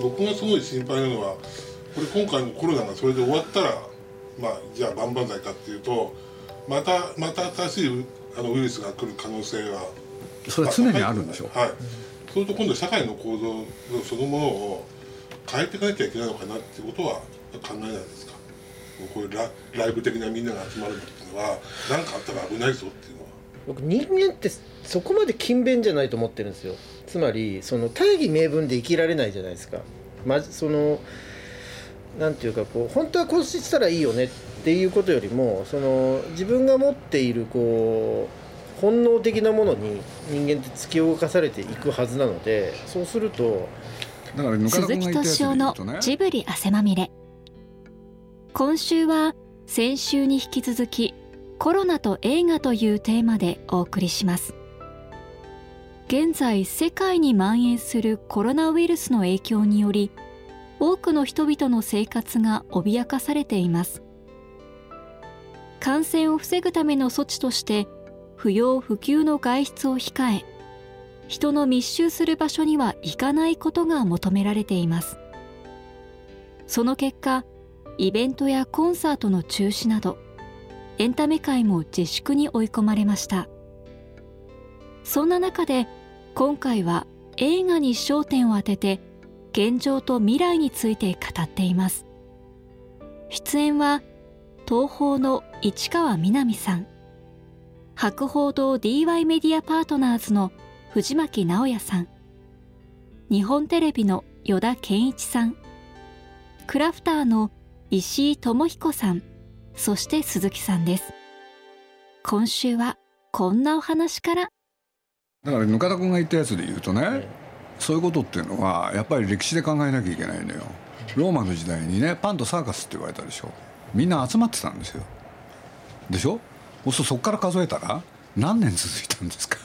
僕がすごい心配なのは、これ今回のコロナがそれで終わったら、じゃあ万々歳かっていうと、また新しいウイルスが来る可能性はそれは常にあるんでしょう。 はい。そうすると今度社会の構造そのものを変えていかなきゃいけないのかなっていうことは考えないですか。こういうライブ的なみんなが集まるっていうのは何かあったら危ないぞっていうのは。 僕人間ってそこまで勤勉じゃないと思ってるんですよ。つまりその大義名分で生きられないじゃないですか。そのなんていうかこう本当はこうしたらいいよねっていうことよりも、その自分が持っているこう本能的なものに人間って突き動かされていくはずなので、そうするとだから鈴木敏夫のジブリ汗まみれ。今週は先週に引き続きコロナと映画というテーマでお送りします。現在世界に蔓延するコロナウイルスの影響により、多くの人々の生活が脅かされています。感染を防ぐための措置として不要不急の外出を控え、人の密集する場所には行かないことが求められています。その結果、イベントやコンサートの中止などエンタメ界も自粛に追い込まれました。そんな中で今回は映画に焦点を当てて現状と未来について語っています。出演は東宝の市川みなみさん、博報堂 DY メディアパートナーズの藤巻直也さん、日本テレビの依田健一さん、クラフターの石井智彦さん、そして鈴木さんです。今週はこんなお話から。 だからぬかたくんが言ったやつで言うとね、そういうことっていうのはやっぱり歴史で考えなきゃいけないのよ。ローマの時代にね、パンとサーカスって言われたでしょ。みんな集まってたんですよ。でしょ。そこから数えたら何年続いたんですか。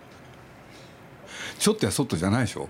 ちょっとやそっとじゃないでしょ。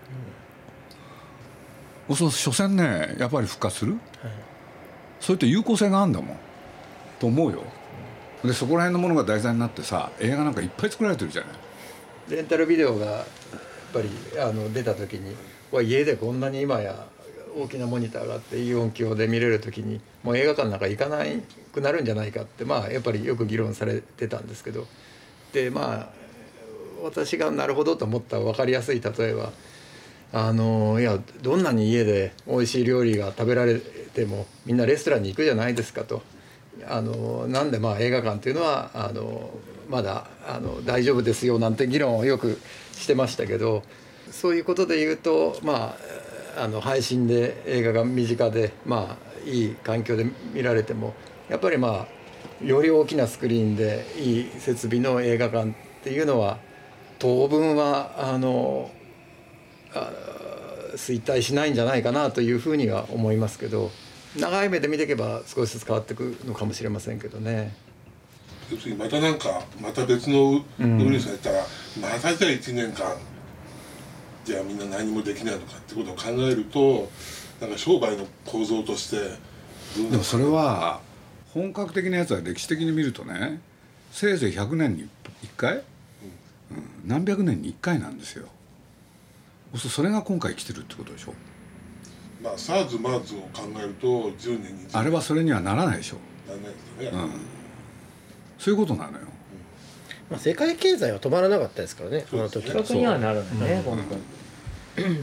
所詮ね、やっぱり復活する、それと有効性があるんだもんと思うよ。でそこら辺のものが題材になってさ、映画なんかいっぱい作られてるじゃない。 レンタルビデオがやっぱり出た時に、家でこんなに今や大きなモニターがあっていい音響で見れる時にもう映画館なんか行かなくなるんじゃないかって、やっぱりよく議論されてたんですけど、で私がなるほどと思った分かりやすい例えは、いやどんなに家で美味しい料理が食べられてもみんなレストランに行くじゃないですかと。なんで映画館っていうのはまだ大丈夫ですよなんて議論をよくしてましたけど、そういうことで言うと配信で映画が身近でいい環境で見られても、やっぱりより大きなスクリーンでいい設備の映画館っていうのは当分は衰退しないんじゃないかなというふうには思いますけど、長い目で見ていけば少しずつ変わっていくのかもしれませんけどね。 要するにまた別のウイルスがいたら、またじゃあ1年間じゃあみんな何もできないのかってことを考えると、なんか商売の構造としてでもそれは本格的なやつは歴史的に見るとね、せいぜい100年に1回、何百年に1回なんですよ。それが今回来てるってことでしょ。 SARS、MERS を考えると10年にあれはそれにはならないでしょ。 ならないですよね、 そういうことなのよ。 世界経済は止まらなかったですからね、この時は。 にはなるんだね、本当に。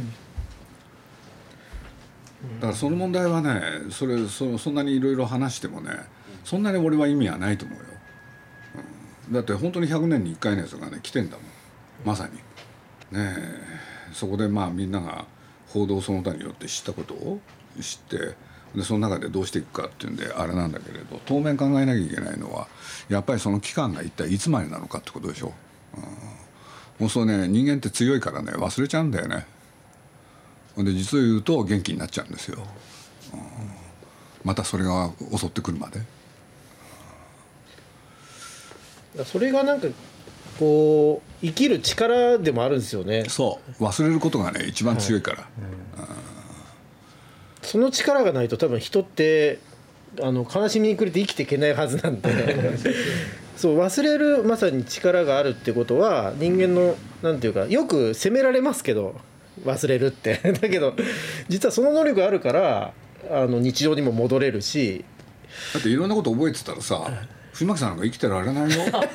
だからその問題はね、そんなにいろいろ話してもね、そんなに俺は意味はないと思うよ。だって本当に100年に1回のやつがね来てんだもん、まさにね。そこでみんなが報道その他によって知ったことを知って、でその中でどうしていくかっていうんであれなんだけれど、当面考えなきゃいけないのはやっぱりその期間が一体いつまでなのかってことでしょ。もうそうね、人間って強いからね忘れちゃうんだよね。で実を言うと元気になっちゃうんですよ、またそれが襲ってくるまで。 それがなんかこう生きる力でもあるんですよね。 そう忘れることがね一番強いから、 その力がないと多分人って悲しみに暮れて生きていけないはずなんでそう忘れるまさに力があるってことは、人間のなんていうか、よく責められますけど忘れるってだけど実はその能力があるから日常にも戻れるし、 だっていろんなこと覚えてたらさ、藤巻さんなんか生きてられないよ確か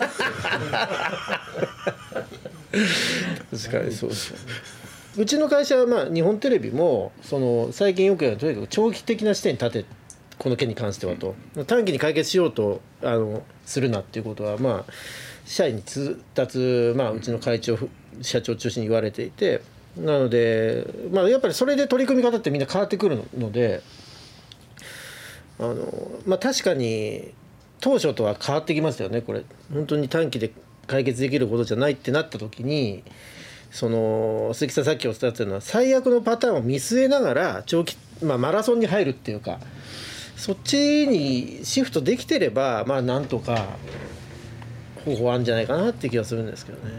にそうですよね。うちの会社はまあ日本テレビも最近よくやるとにかく長期的な視点に立て、この件に関してはと、短期に解決しようとするなっていうことはまあ社員に通達、まあ、うちの会長社長を中心に言われていて、なので、まあ、やっぱりそれで取り組み方ってみんな変わってくるのでまあ、確かに当初とは変わってきますよね。これ本当に短期で解決できることじゃないってなった時に鈴木さんさっきおっしゃったのは最悪のパターンを見据えながら長期、まあ、マラソンに入るっていうかそっちにシフトできてればまあなんとか方法あるんじゃないかなって気がするんですけどね。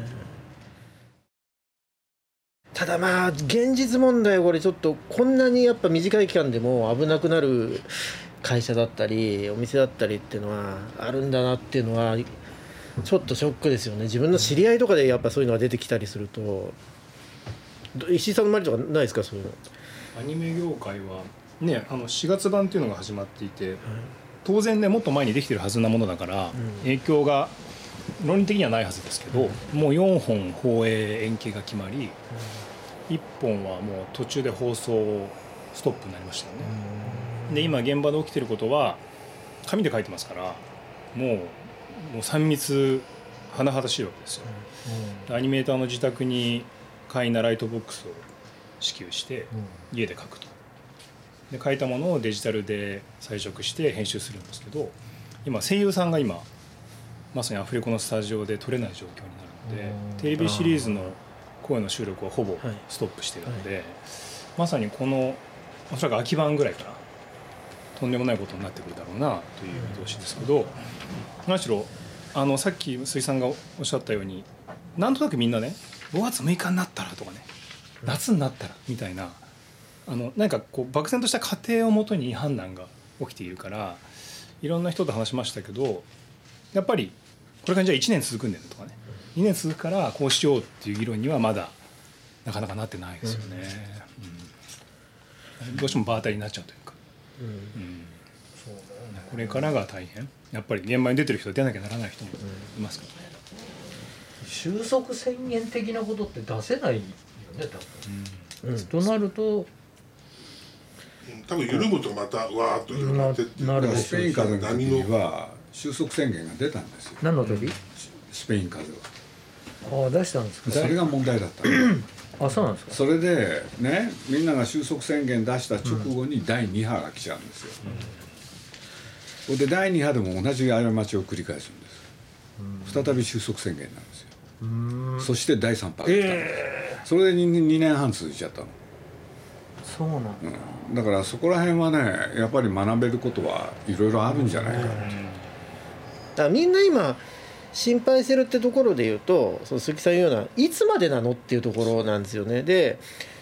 ただまあ現実問題これちょっとこんなにやっぱ短い期間でも危なくなる会社だったりお店だったりっていうのはあるんだなっていうのはちょっとショックですよね。自分の知り合いとかでやっぱそういうのが出てきたりすると。石井さんの周りとかないですかそういうの。 アニメ業界はね4月版っていうのが始まっていて、当然ねもっと前にできてるはずなものだから、影響が論理的にはないはずですけど、もう4本放映延期が決まり、1本はもう途中で放送ストップになりましたよね。で今現場で起きてることは紙で書いてますからもう3密甚だしいわけですよ。アニメーターの自宅に簡易なライトボックスを支給して家で書くと。で書いたものをデジタルで彩色して編集するんですけど、今声優さんがまさにアフレコのスタジオで撮れない状況になるので、テレビシリーズの声の収録はほぼストップしているので、まさにこのおそらく秋版ぐらいからとんでもないことになってくるだろうなという見通しですけど、何しろさっき鈴木さんがおっしゃったようになんとなくみんなね5月6日になったらとかね夏になったらみたいな何かこう漠然とした過程をもとに判断が起きているから、いろんな人と話しましたけどやっぱりこれからじゃあ1年続くんだよとかね2年続くからこうしようっていう議論にはまだなかなかなってないですよね。どうしても場当たりになっちゃうというか、これからが大変。やっぱり現場に出てる人は出なきゃならない人もいますからね。 収束宣言的なことって出せないよね多分、となると多分緩むとまたわーっと広がってってなるでしょう。 スペイン風邪の時には収束宣言が出たんですよ。 何の時？ スペイン風邪は。 出したんですか。 それが問題だったの。 そうなんですか。 それでねみんなが収束宣言出した直後に第2波が来ちゃうんですよ。で第2波でも同じ過ちを繰り返すんです。再び収束宣言なんですよ。そして第3波が来た、それで 2年半続いちゃったの。 そうなんだ、 だからそこら辺はねやっぱり学べることはいろいろあるんじゃないかって。 だからみんな今心配してるってところで言うと鈴木さん言うようないつまでなのっていうところなんですよね。で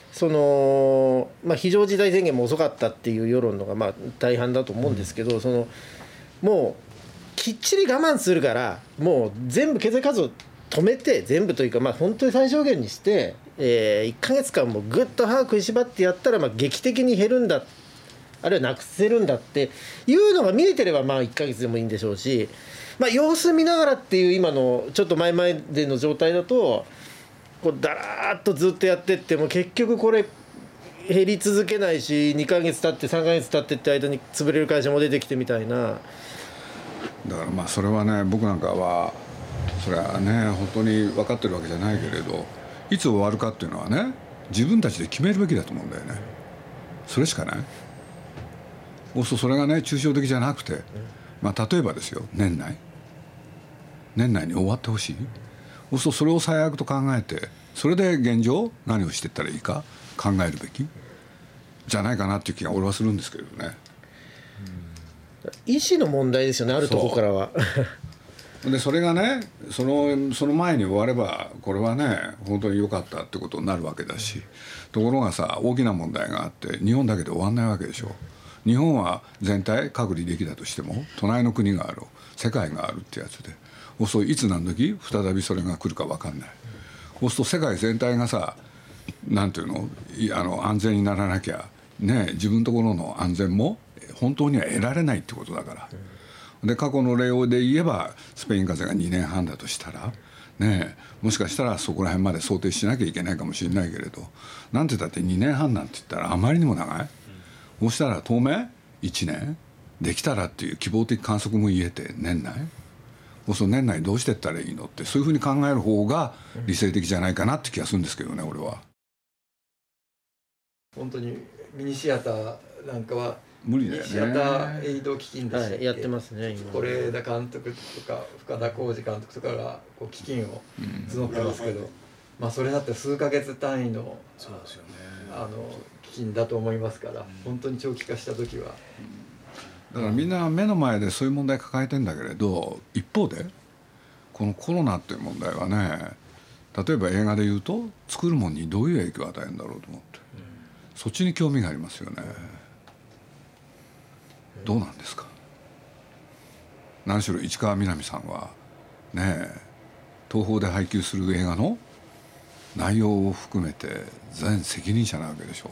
非常事態宣言も遅かったっていう世論のがまあ大半だと思うんですけど、もうきっちり我慢するからもう全部経済活動止めて全部というかまあ本当に最小限にして、1ヶ月間もぐっと歯食いしばってやったらまあ劇的に減るんだ、あるいはなくせるんだっていうのが見えてればまあ1ヶ月でもいいんでしょうし、まあ、様子見ながらっていう今のちょっと前々での状態だとこうだらーっとずっとやってっても結局これ減り続けないし2ヶ月経って3ヶ月経ってって間に潰れる会社も出てきてみたいな。 だからまあそれはね僕なんかはそれはね本当に分かってるわけじゃないけれどいつ終わるかっていうのはね自分たちで決めるべきだと思うんだよね。それしかない。それがね抽象的じゃなくて、まあ、例えばですよ年内に終わってほしい。それを最悪と考えてそれで現状何をしていったらいいか考えるべきじゃないかなっていう気が俺はするんですけどね。 意思の問題ですよねあるとこからは。 でそれがねその前に終わればこれはね本当に良かったってことになるわけだし、ところがさ大きな問題があって日本だけで終わんないわけでしょ。日本は全体隔離できたとしても隣の国がある世界があるってやつでいつ何時再びそれが来るか分かんない。そうすると世界全体がさなんていうの、安全にならなきゃね、自分のところの安全も本当には得られないってことだから、で過去の例で言えばスペイン風邪が2年半だとしたらね、もしかしたらそこら辺まで想定しなきゃいけないかもしれないけれど、なんて言ったって2年半なんて言ったらあまりにも長い。そうしたら当面1年できたらっていう希望的観測も言えて、年内年内どうしていったらいいのって、そういうふうに考える方が理性的じゃないかなって気がするんですけどね、俺は。 本当にミニシアターなんかは無理だよね。 ミニシアターエイド基金でしたっけ、 やってますね今。 是枝監督とか深田浩二監督とかがこう基金を募ってますけど、まあそれだって数ヶ月単位のそうですよね、 基金だと思いますから、本当に長期化した時は、 だからみんな目の前でそういう問題抱えてんだけれど、一方でこのコロナっていう問題はね、例えば映画で言うと作るもんにどういう影響を与えるんだろうと思って、そっちに興味がありますよね。どうなんですか。何しろ市川みなみさんはね、東宝で配給する映画の内容を含めて全責任者なわけでしょ。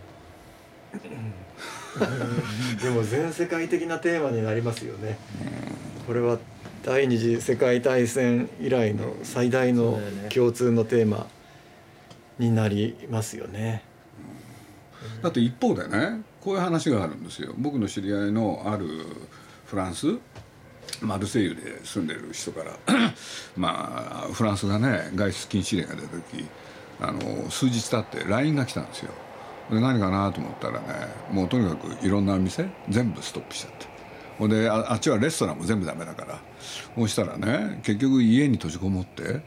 でも全世界的なテーマになりますよね。これは第二次世界大戦以来の最大の共通のテーマになりますよね。 だって一方でね、こういう話があるんですよ。僕の知り合いのあるフランスマルセイユで住んでる人からまあフランスがね外出禁止令が出た時、数日経って LINE が来たんですよ。で何かなと思ったらね、もうとにかくいろんな店全部ストップしちゃって、ほんであっちはレストランも全部ダメだから、そうしたらね結局家に閉じこもって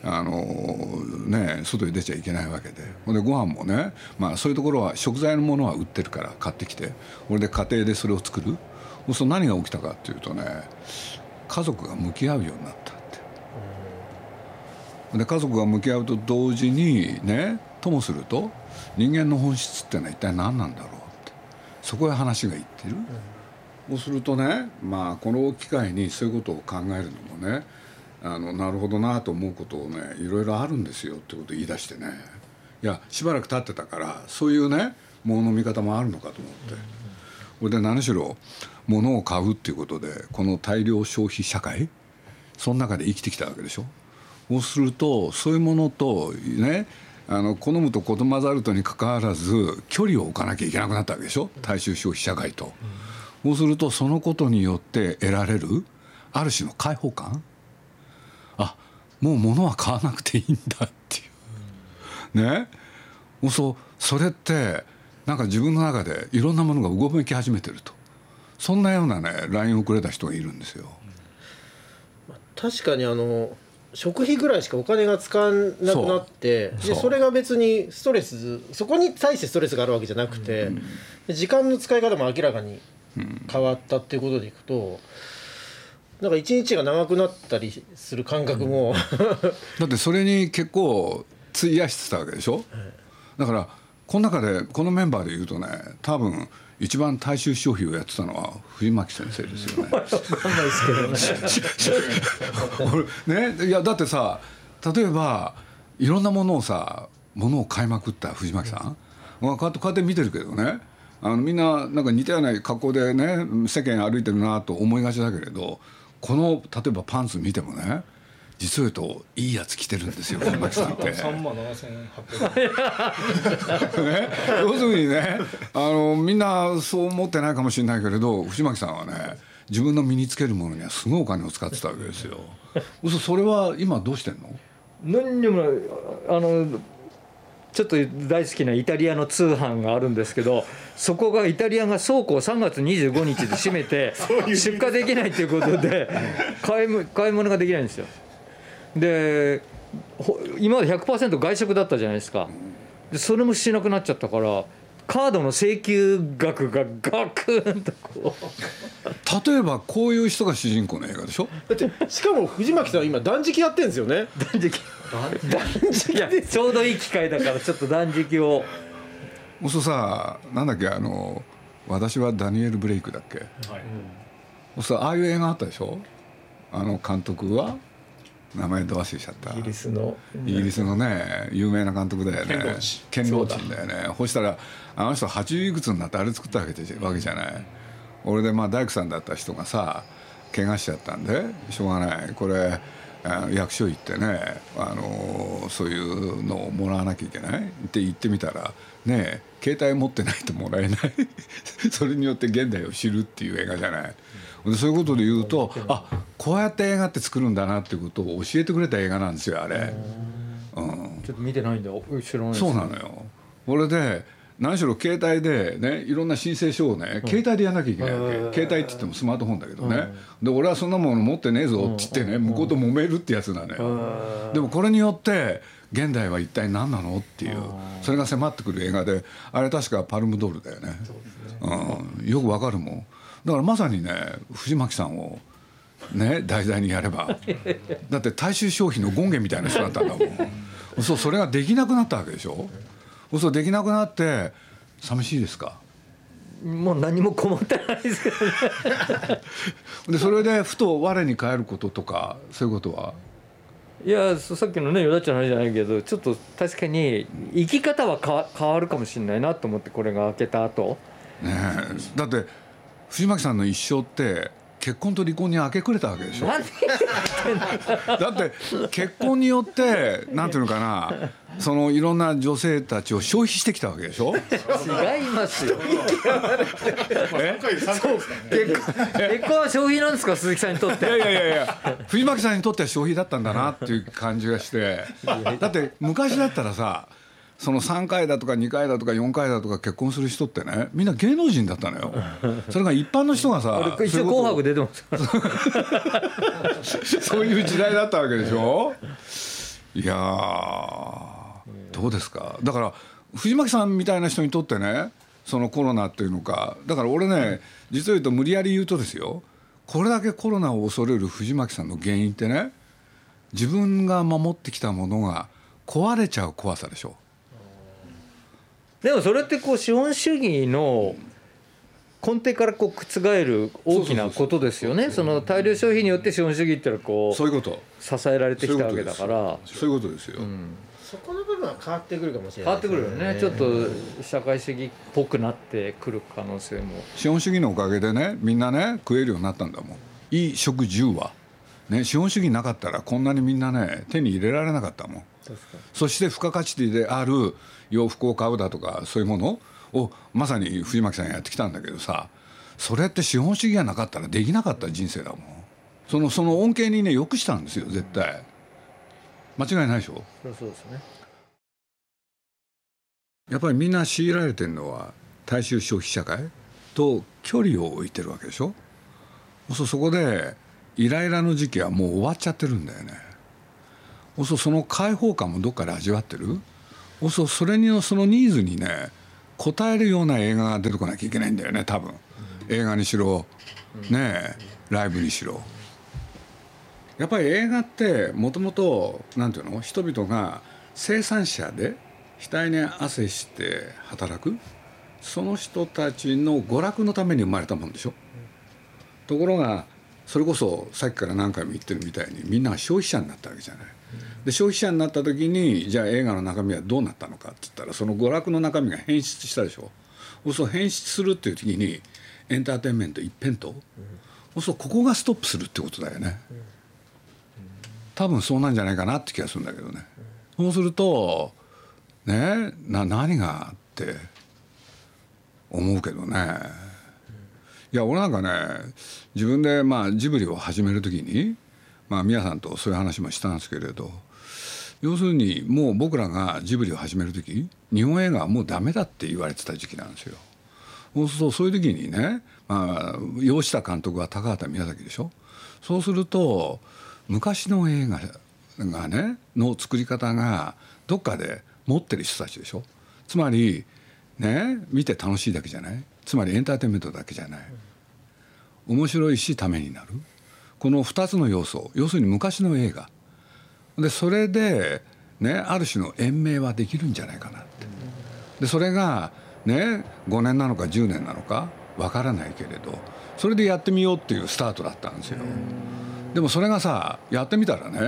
外に出ちゃいけないわけで、ほんでご飯もね、まあそういうところは食材のものは売ってるから買ってきて、これで家庭でそれを作る。そうすると何が起きたかっていうとね、家族が向き合うようになったって。で家族が向き合うと同時にね、ともすると人間の本質ってのは一体何なんだろうって、そこへ話がいってる。そうするとね、まあこの機会にそういうことを考えるのもね、なるほどなと思うことをね、いろいろあるんですよってことを言い出してね、いやしばらく経ってたからそういうねものの見方もあるのかと思って、これで何しろ物を買うっていうことでこの大量消費社会、その中で生きてきたわけでしょ。そうするとそういうものとね、好むと好まざるとにかかわらず距離を置かなきゃいけなくなったわけでしょ、大衆消費社会と。そうするとそのことによって得られるある種の解放感、あ、もう物は買わなくていいんだっていうね。それってなんか自分の中でいろんなものがうごめき始めてると、そんなようなね LINE をくれた人がいるんですよ。 確かに食費ぐらいしかお金が使わなくなって、でそれが別にストレス、そこに対してストレスがあるわけじゃなくて、時間の使い方も明らかに変わったっていうことでいくと、なんか一日が長くなったりする感覚も、 だってそれに結構費やしてたわけでしょ。だからこの中でこのメンバーでいうとね、多分一番大衆消費をやってたのは藤巻先生ですよね。 分かんないですけどね。 ね、いやだってさ、例えばいろんなものを買いまくった藤巻さん、こうやって見てるけどね、みんななんか似たような格好でね世間歩いてるなと思いがちだけれど、この例えばパンツ見てもね、実を言うといいやつ着てるんですよ藤巻さんって。 3万7800円ね、要するにね、みんなそう思ってないかもしれないけれど、藤巻さんはね自分の身につけるものにはすごいお金を使ってたわけですよ。それは今どうしてんの？ 何にもちょっと大好きなイタリアの通販があるんですけど、そこがイタリアが倉庫を3月25日で閉めて出荷できないということで買い物ができないんですよ。で今まで 100% 外食だったじゃないですか。でそれもしなくなっちゃったから、カードの請求額がガクンとこう。例えばこういう人が主人公の映画でしょ。 だってしかも藤巻さんは今断食やってるんですよね。 断食いやちょうどいい機会だからちょっと断食を。 もうさ、なんだっけ、私はダニエル・ブレイクだっけ、はい、ああいう映画あったでしょ。監督は名前ど忘れしちゃった。 イギリスのね有名な監督だよね。ケンローチンだよね。そしたらあの人80いくつになってあれ作ったわけじゃない。俺で大工さんだった人がさ怪我しちゃったんでしょうがない、これ役所行ってねそういうのをもらわなきゃいけないって言ってみたらね携帯持ってないともらえないそれによって現代を知るっていう映画じゃない。でそういうことで言うとこうやって映画って作るんだなっていうことを教えてくれた映画なんですよあれ。 ちょっと見てないんだ知らないです。 そうなのよ。これで何しろ携帯でねいろんな申請書をね携帯でやらなきゃいけないわけ。携帯って言ってもスマートフォンだけどね。で俺はそんなもの持ってねえぞって言ってね向こうと揉めるってやつなのよ。でもこれによって現代は一体何なのっていうそれが迫ってくる映画であれ確かパルムドールだよね。よくわかるもん。だからまさにね藤巻さんをね題材にやればだって大衆消費の権限みたいな人だったんだもん。それができなくなったわけでしょ。できなくなって寂しいですか。 もう何も困ってないですけどねでそれでふと我に返ることとかそういうことは。 いやさっきのねよだっちゃんの話じゃないけどちょっと確かに生き方は変わるかもしれないなと思ってこれが開けた後ねだって藤巻さんの一生って結婚と離婚に明け暮れたわけでしょ。だって結婚によってなんていうのかなそのいろんな女性たちを消費してきたわけでしょ。 違いますよ結婚は消費なんですか鈴木さんにとって。 いや藤巻さんにとっては消費だったんだなっていう感じがしてだって昔だったらさその3回だとか2回だとか4回だとか結婚する人ってねみんな芸能人だったのよ。それが一般の人がさ一応紅白出てますそういう時代だったわけでしょ。いやどうですか。だから藤巻さんみたいな人にとってねそのコロナっていうのかだから俺ね実を言うと無理やり言うとですよこれだけコロナを恐れる藤巻さんの原因ってね自分が守ってきたものが壊れちゃう怖さでしょ。 でもそれってこう資本主義の根底からこう覆る大きなことですよね。その大量消費によって資本主義ってのはこうそういうこと支えられてきたわけだからそういうことですよ。 そこの部分は変わってくるかもしれない変わってくるよね。ちょっと社会主義っぽくなってくる可能性も。 資本主義のおかげでねみんなね食えるようになったんだもん。衣食住はね資本主義なかったらこんなにみんなね手に入れられなかったもん。そして付加価値である洋服を買うだとかそういうものをまさに藤巻さんやってきたんだけどさそれって資本主義がなかったらできなかった人生だもん。その恩恵にねよくしたんですよ絶対。間違いないでしょ。 そうですね。 やっぱりみんな強いられてるのは大衆消費社会と距離を置いてるわけでしょ。そこでイライラの時期はもう終わっちゃってるんだよね。その解放感もどっかで味わってる。それにそのニーズにね応えるような映画が出てこなきゃいけないんだよね多分。映画にしろねライブにしろ。やっぱり映画ってもともとなんていうの人々が生産者で額に汗して働くその人たちの娯楽のために生まれたもんでしょ。ところがそれこそさっきから何回も言ってるみたいにみんなが消費者になったわけじゃない。で消費者になった時にじゃあ映画の中身はどうなったのかって言ったらその娯楽の中身が変質したでしょ。変質するっていう時にエンターテインメント一辺倒、ここがストップするってことだよね。多分そうなんじゃないかなって気がするんだけどね。そうするとね何がって思うけどね。いや俺なんかね自分でジブリを始める時に宮さんとそういう話もしたんですけれど要するにもう僕らがジブリを始める時日本映画はもうダメだって言われてた時期なんですよ。そういう時にね要した監督は高畑宮崎でしょ。そうすると昔の映画がねの作り方がどっかで持ってる人たちでしょ。つまりね見て楽しいだけじゃない。つまりエンターテインメントだけじゃない。面白いしためになる。この2つの要素要するに昔の映画でそれでねある種の延命はできるんじゃないかなって。でそれがね5年なのか10年なのかわからないけれどそれでやってみようっていうスタートだったんですよ。でもそれがさやってみたらね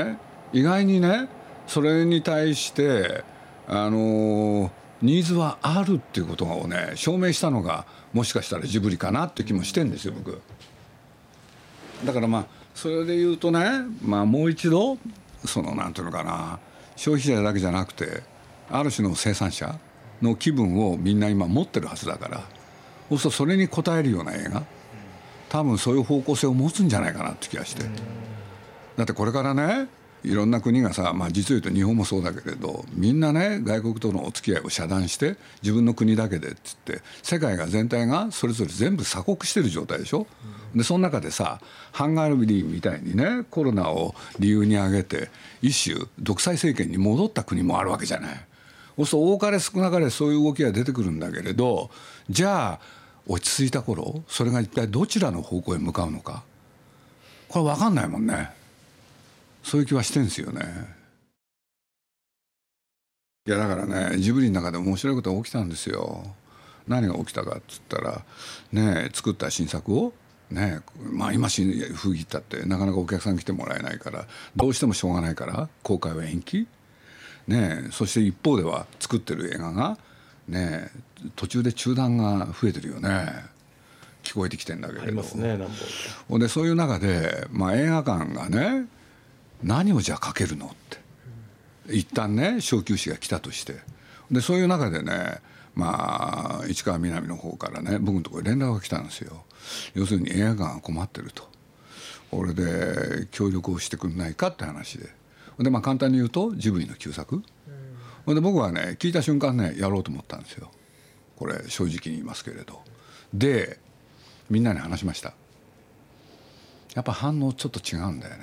意外にねそれに対してニーズはあるっていうことをね証明したのがもしかしたらジブリかなって気もしてんですよ僕。だからまあそれで言うとね、まあ、もう一度そのなんていうのかな、消費者だけじゃなくてある種の生産者の気分をみんな今持ってるはずだから、そうするとそれに応えるような映画、多分そういう方向性を持つんじゃないかなって気がして。だってこれからねいろんな国がさ、まあ、実を言うと日本もそうだけれど、みんなね外国とのお付き合いを遮断して自分の国だけでっつって世界が全体がそれぞれ全部鎖国してる状態でしょ。でその中でさハンガリーみたいにねコロナを理由に挙げて一種独裁政権に戻った国もあるわけじゃない。そうすると多かれ少なかれそういう動きが出てくるんだけれど、じゃあ落ち着いた頃それが一体どちらの方向へ向かうのか、これ分かんないもんね。そういう気はしてんですよね。いやだからねジブリの中で面白いことが起きたんですよ。何が起きたかっつったらね、作った新作をね、まあ今封切ったってなかなかお客さん来てもらえないからどうしてもしょうがないから公開は延期ね。そして一方では作ってる映画がね途中で中断が増えてるよね。聞こえてきてんだけれど。 ありますね何本。 でそういう中で、まあ、映画館がね何をじゃあかけるのって一旦ね小休止が来たとして、でそういう中でね、まあ市川みなみの方からね僕のところに連絡が来たんですよ。要するに映画館が困ってると、これで協力をしてくんないかって話で、でまあ簡単に言うとジブリの旧作で、僕はね聞いた瞬間ねやろうと思ったんですよ。これ正直に言いますけれど。でみんなに話しました。やっぱ反応ちょっと違うんだよね。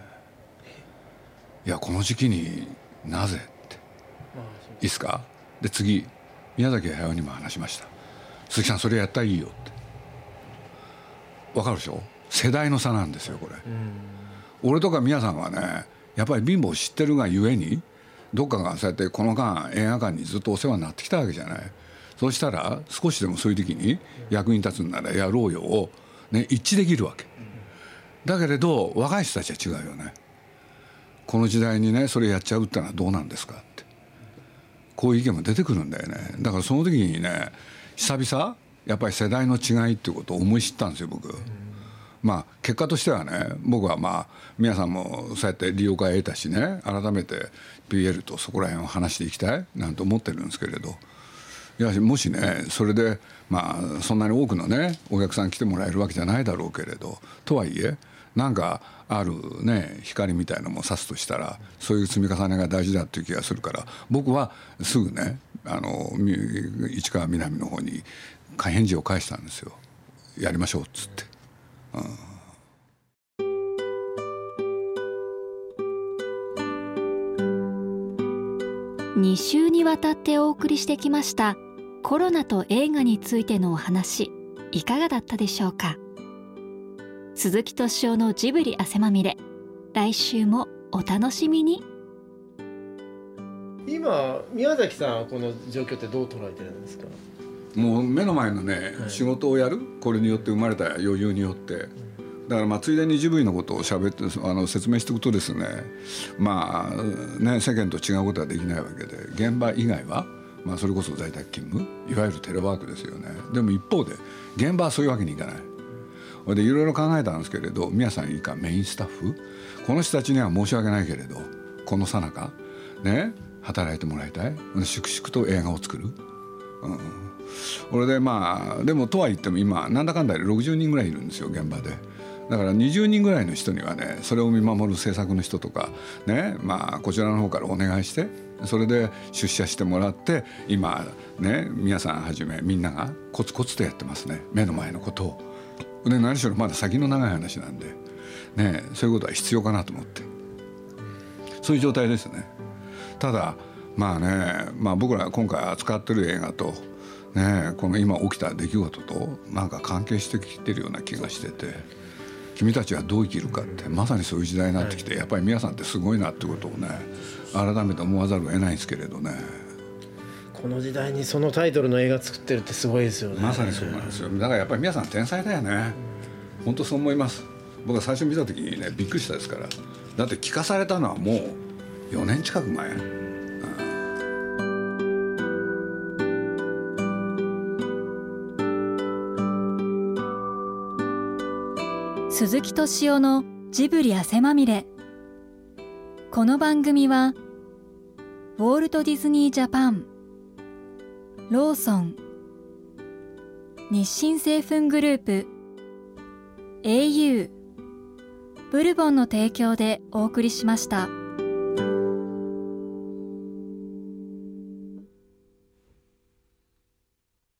いやこの時期になぜっていいっすか。で次宮崎駿にも話しました。鈴木さんそれやったらいいよって。分かるでしょ、世代の差なんですよこれ。俺とか宮さんはねやっぱり貧乏を知ってるがゆえにどっかがそうやってこの間映画館にずっとお世話になってきたわけじゃない。そうしたら少しでもそういう時に役に立つんならやろうよを、ね、一致できるわけだけれど、若い人たちは違うよね。この時代にねそれやっちゃうってのはどうなんですかって、こういう意見も出てくるんだよね。だからその時にね久々やっぱり世代の違いっていうことを思い知ったんですよ僕。まあ結果としてはね僕はまあ皆さんもそうやって利用会を得たしね、改めて PL とそこら辺を話していきたいなんて思ってるんですけれど、いやもしねそれでまあそんなに多くのねお客さん来てもらえるわけじゃないだろうけれど、とはいえなんかあるね光みたいなのも差すとしたらそういう積み重ねが大事だっていう気がするから、僕はすぐね市川みなみの方に返事を返したんですよ。やりましょうっつって、 2週にわたってお送りしてきましたコロナと映画についてのお話、いかがだったでしょうか。鈴木敏夫のジブリ汗まみれ、来週もお楽しみに。 今宮崎さんはこの状況ってどう捉えてるんですか。 もう目の前のね、仕事をやる、これによって生まれた余裕によって、だからまあついでにジブリのことを喋って説明していくとですね、まあね世間と違うことはできないわけで、現場以外はまあそれこそ在宅勤務、いわゆるテレワークですよね。でも一方で現場はそういうわけにいかない。でいろいろ考えたんですけれど、宮さん以下メインスタッフ、この人たちには申し訳ないけれどこの最中ね働いてもらいたい、粛々と映画を作る、これでまあでもとは言っても今なんだかんだで60人ぐらいいるんですよ現場で。だから20人ぐらいの人にはねそれを見守る制作の人とかね、まあこちらの方からお願いして、それで出社してもらって今ね皆さんはじめみんながコツコツとやってますね、目の前のことを。で何しろまだ先の長い話なんでね、そういうことは必要かなと思って、そういう状態ですね。ただまあね、まあ、僕ら今回扱ってる映画とねこの今起きた出来事となんか関係してきてるような気がしてて、君たちはどう生きるかってまさにそういう時代になってきて、やっぱり皆さんってすごいなってことをね改めて思わざるを得ないんですけれどね。 この時代にそのタイトルの映画作ってるってすごいですよね。 まさにそうなんですよ。だからやっぱり皆さん天才だよね。本当そう思います。 僕は最初見た時にねびっくりしたですから。だって聞かされたのはもう4年近く前。 鈴木敏夫のジブリ汗まみれ。この番組はウォルト・ディズニー・ジャパン、ローソン、日清製粉グループ、au、ブルボンの提供でお送りしました。